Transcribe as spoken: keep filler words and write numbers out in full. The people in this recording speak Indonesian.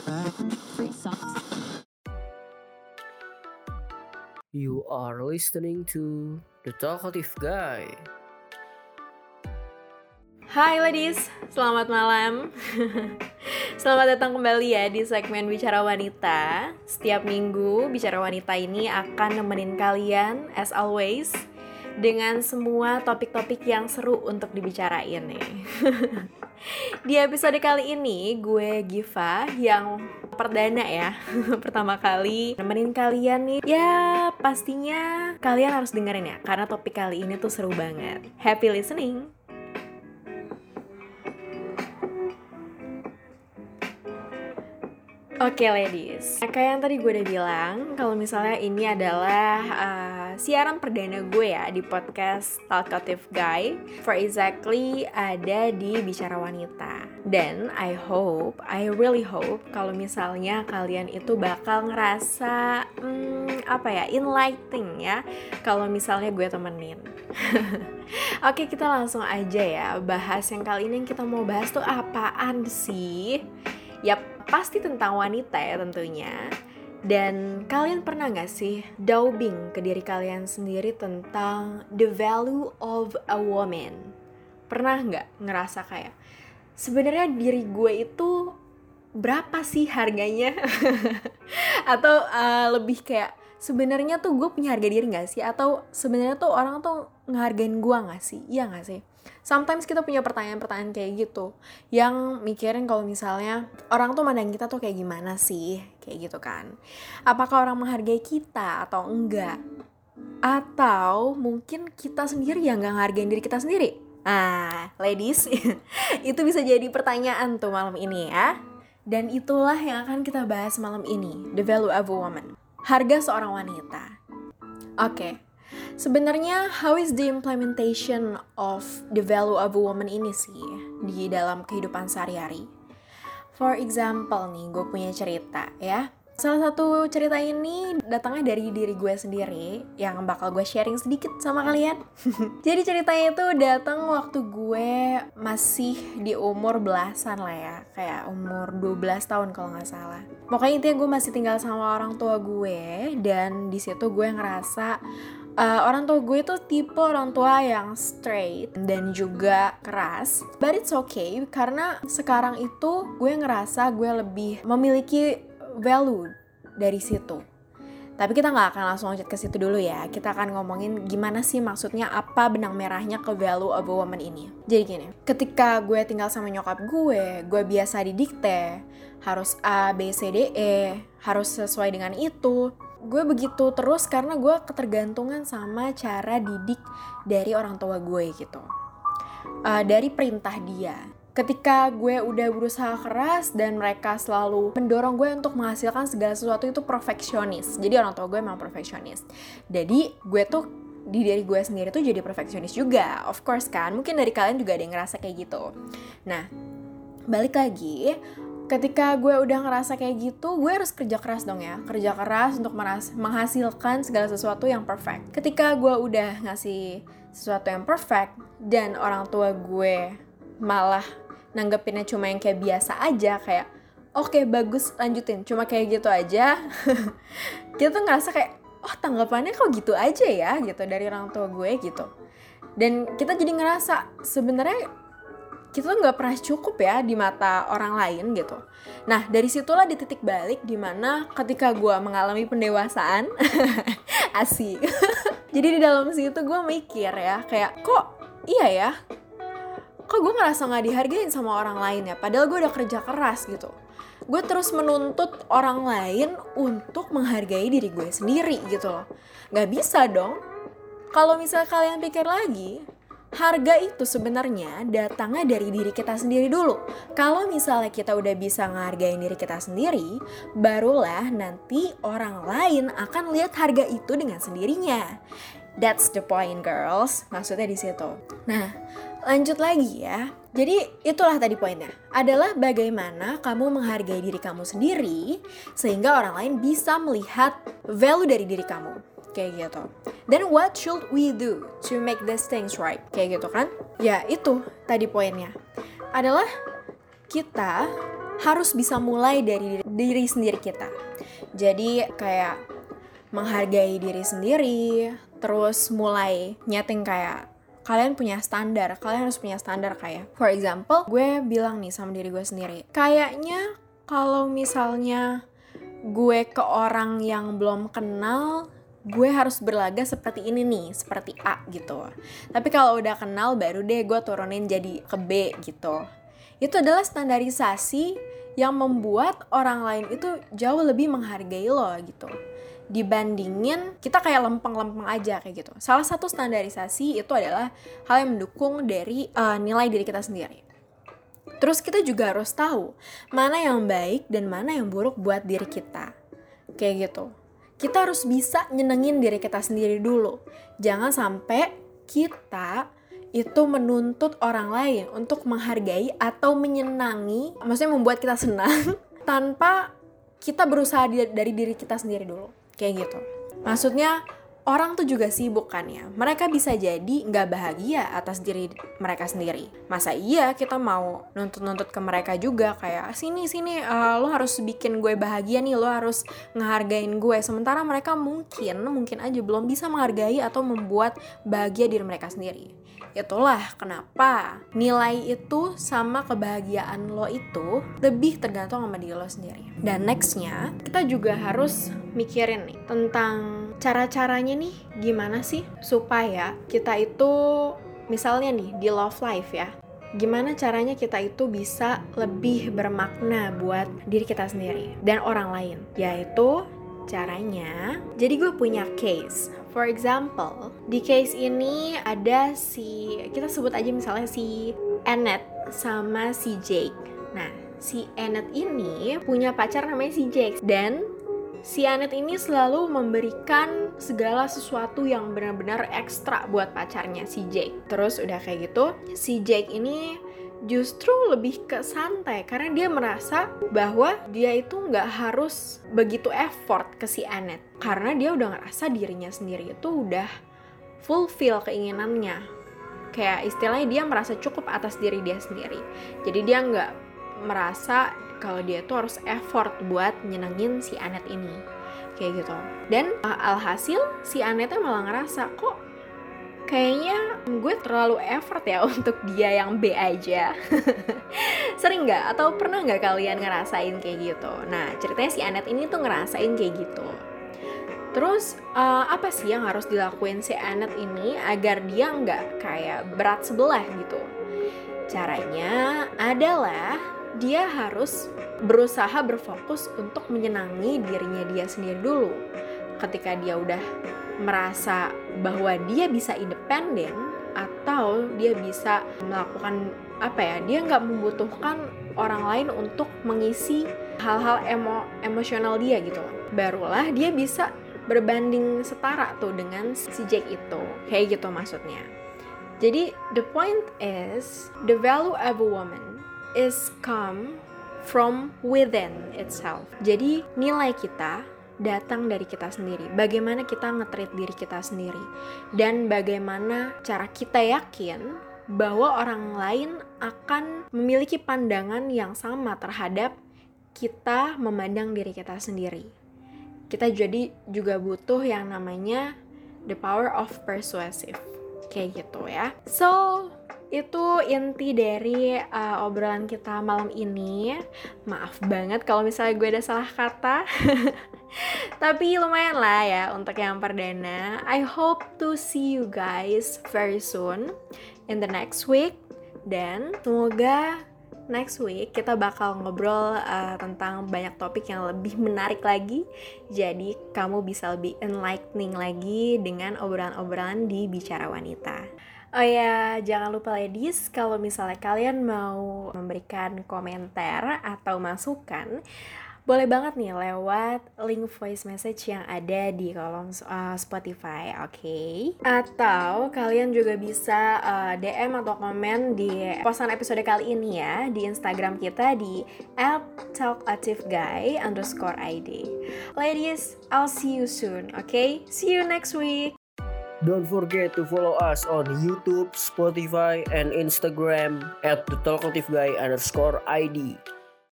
You are listening to The Talkative Guy. Hai ladies, selamat malam. Selamat datang kembali ya di segmen Bicara Wanita. Setiap minggu Bicara Wanita ini akan nemenin kalian as always dengan semua topik-topik yang seru untuk dibicarain nih. Di episode kali ini gue Giva yang perdana ya pertama kali nemenin kalian nih. Ya pastinya kalian harus dengerin ya, karena topik kali ini tuh seru banget. Happy listening. Oke okay, ladies, kayak yang tadi gue udah bilang, kalau misalnya ini adalah uh, siaran perdana gue ya di podcast Talkative Guy, for exactly ada di Bicara Wanita. Dan I hope, I really hope kalau misalnya kalian itu bakal ngerasa hmm, apa ya, enlightening ya, kalau misalnya gue temenin. Oke, kita langsung aja ya bahas yang kali ini. Yang kita mau bahas tuh apaan sih? Yap, pasti tentang wanita ya tentunya. Dan kalian pernah gak sih daubing ke diri kalian sendiri tentang the value of a woman? Pernah gak ngerasa kayak sebenarnya diri gue itu berapa sih harganya? Atau uh, lebih kayak sebenarnya tuh gue punya harga diri gak sih? Atau sebenarnya tuh orang tuh ngehargain gue gak sih? Iya gak sih? Sometimes kita punya pertanyaan-pertanyaan kayak gitu, yang mikirin kalau misalnya orang tuh mandang kita tuh kayak gimana sih, kayak gitu kan. Apakah orang menghargai kita atau enggak? Atau mungkin kita sendiri yang gak ngehargain diri kita sendiri? Ah, ladies, itu bisa jadi pertanyaan tuh malam ini ya. Dan itulah yang akan kita bahas malam ini, the value of a woman. Harga seorang wanita. Oke. Okay. Sebenarnya how is the implementation of the value of a woman ini sih di dalam kehidupan sehari-hari? For example nih, gue punya cerita ya. Salah satu cerita ini datangnya dari diri gue sendiri yang bakal gue sharing sedikit sama kalian. Jadi ceritanya itu datang waktu gue masih di umur belasan lah ya, kayak umur dua belas tahun kalau nggak salah. Pokoknya intinya gue masih tinggal sama orang tua gue, dan di situ gue ngerasa Uh, orang tua gue tuh tipe orang tua yang straight dan juga keras. But it's okay, karena sekarang itu gue ngerasa gue lebih memiliki value dari situ. Tapi kita gak akan langsung lanjut ke situ dulu ya. Kita akan ngomongin gimana sih maksudnya, apa benang merahnya ke value of a woman ini. Jadi gini, ketika gue tinggal sama nyokap gue, gue biasa didikte harus A, B, C, D, E, harus sesuai dengan itu. Gue begitu terus karena gue ketergantungan sama cara didik dari orang tua gue gitu, uh, dari perintah dia. Ketika gue udah berusaha keras dan mereka selalu mendorong gue untuk menghasilkan segala sesuatu itu perfeksionis. Jadi orang tua gue memang perfeksionis. Jadi gue tuh di diri gue sendiri tuh jadi perfeksionis juga. Of course kan, mungkin dari kalian juga ada yang ngerasa kayak gitu. Nah, balik lagi, ketika gue udah ngerasa kayak gitu, gue harus kerja keras dong ya. Kerja keras untuk meras- menghasilkan segala sesuatu yang perfect. Ketika gue udah ngasih sesuatu yang perfect dan orang tua gue malah nanggepinnya cuma yang kayak biasa aja, kayak oke okay, bagus lanjutin, cuma kayak gitu aja. Kita tuh ngerasa kayak oh tanggapannya kok gitu aja ya gitu dari orang tua gue gitu. Dan kita jadi ngerasa sebenarnya kita tuh nggak pernah cukup ya di mata orang lain gitu. Nah dari situlah di titik balik dimana ketika gue mengalami pendewasaan, asik. Jadi di dalam situ gue mikir ya, kayak kok iya ya, kok gue ngerasa nggak dihargain sama orang lain ya. Padahal gue udah kerja keras gitu. Gue terus menuntut orang lain untuk menghargai diri gue sendiri gitu loh. Nggak bisa dong. Kalau misalnya kalian pikir lagi, harga itu sebenarnya datangnya dari diri kita sendiri dulu. Kalau misalnya kita udah bisa ngehargain diri kita sendiri, barulah nanti orang lain akan lihat harga itu dengan sendirinya. That's the point, girls. Maksudnya di situ. Nah, lanjut lagi ya. Jadi itulah tadi poinnya. Adalah bagaimana kamu menghargai diri kamu sendiri sehingga orang lain bisa melihat value dari diri kamu. Kayak gitu. Then what should we do to make these things right? Kayak gitu kan? Ya itu tadi poinnya. Adalah kita harus bisa mulai dari diri sendiri kita. Jadi kayak menghargai diri sendiri, terus mulai nyeting kayak kalian punya standar, kalian harus punya standar kayak, for example, gue bilang nih sama diri gue sendiri, kayaknya kalau misalnya gue ke orang yang belum kenal, gue harus berlaga seperti ini nih, seperti A gitu. Tapi kalau udah kenal baru deh gue turunin jadi ke B gitu. Itu adalah standarisasi yang membuat orang lain itu jauh lebih menghargai lo gitu, dibandingin kita kayak lempeng-lempeng aja kayak gitu. Salah satu standarisasi itu adalah hal yang mendukung dari uh, nilai diri kita sendiri. Terus kita juga harus tahu mana yang baik dan mana yang buruk buat diri kita. Kayak gitu. Kita harus bisa nyenengin diri kita sendiri dulu. Jangan sampai kita itu menuntut orang lain untuk menghargai atau menyenangi, maksudnya membuat kita senang tanpa kita berusaha dari diri kita sendiri dulu. Kayak gitu. Maksudnya orang tuh juga sibuk kan ya. Mereka bisa jadi gak bahagia atas diri mereka sendiri. Masa iya kita mau nuntut-nuntut ke mereka juga kayak sini sini uh, lo harus bikin gue bahagia nih, lo harus ngehargain gue. Sementara mereka mungkin mungkin aja belum bisa menghargai atau membuat bahagia diri mereka sendiri. Itulah kenapa nilai itu sama kebahagiaan lo itu lebih tergantung sama diri lo sendiri. Dan nextnya kita juga harus mikirin nih tentang cara-caranya nih gimana sih supaya kita itu misalnya nih di love life ya, gimana caranya kita itu bisa lebih bermakna buat diri kita sendiri dan orang lain. Yaitu caranya, jadi gue punya case. For example, di case ini ada si, kita sebut aja misalnya si Annette sama si Jake. Nah, si Annette ini punya pacar namanya si Jake. Dan si Annette ini selalu memberikan segala sesuatu yang benar-benar ekstra buat pacarnya si Jake. Terus udah kayak gitu, si Jake ini justru lebih ke santai karena dia merasa bahwa dia itu nggak harus begitu effort ke si Annette karena dia udah ngerasa dirinya sendiri itu udah fulfill keinginannya. Kayak istilahnya dia merasa cukup atas diri dia sendiri. Jadi dia nggak merasa kalau dia tuh harus effort buat nyenengin si Annette ini. Kayak gitu. Dan uh, alhasil si Annette malah ngerasa kok kayaknya gue terlalu effort ya untuk dia yang B aja. Sering gak? Atau pernah gak kalian ngerasain kayak gitu? Nah, ceritanya si Annette ini tuh ngerasain kayak gitu. Terus, uh, apa sih yang harus dilakuin si Annette ini agar dia gak kayak berat sebelah gitu? Caranya adalah dia harus berusaha berfokus untuk menyenangi dirinya dia sendiri dulu. Ketika dia udah merasa bahwa dia bisa independen atau dia bisa melakukan apa ya, dia nggak membutuhkan orang lain untuk mengisi hal-hal emo emosional dia gitu, barulah dia bisa berbanding setara tuh dengan si Jake itu, kayak gitu maksudnya. Jadi the point is the value of a woman is come from within itself. Jadi nilai kita datang dari kita sendiri. Bagaimana kita nge-treat diri kita sendiri. Dan bagaimana cara kita yakin bahwa orang lain akan memiliki pandangan yang sama terhadap kita memandang diri kita sendiri. Kita jadi juga butuh yang namanya the power of persuasive. Kayak gitu ya. So, itu inti dari uh, obrolan kita malam ini. Maaf banget kalau misalnya gue ada salah kata. Tapi lumayan lah ya untuk yang perdana. I hope to see you guys very soon in the next week. Dan semoga next week kita bakal ngobrol uh, tentang banyak topik yang lebih menarik lagi. Jadi kamu bisa lebih enlightening lagi dengan obrolan-obrolan di Bicara Wanita. Oh ya, jangan lupa ladies, kalau misalnya kalian mau memberikan komentar atau masukan, boleh banget nih lewat link voice message yang ada di kolom uh, Spotify, oke? Okay? Atau kalian juga bisa uh, D M atau komen di postan episode kali ini ya, di Instagram kita di at talkativeguy underscore id. Ladies, I'll see you soon, oke? Okay? See you next week! Don't forget to follow us on YouTube, Spotify, and Instagram at the talkative guy underscore id.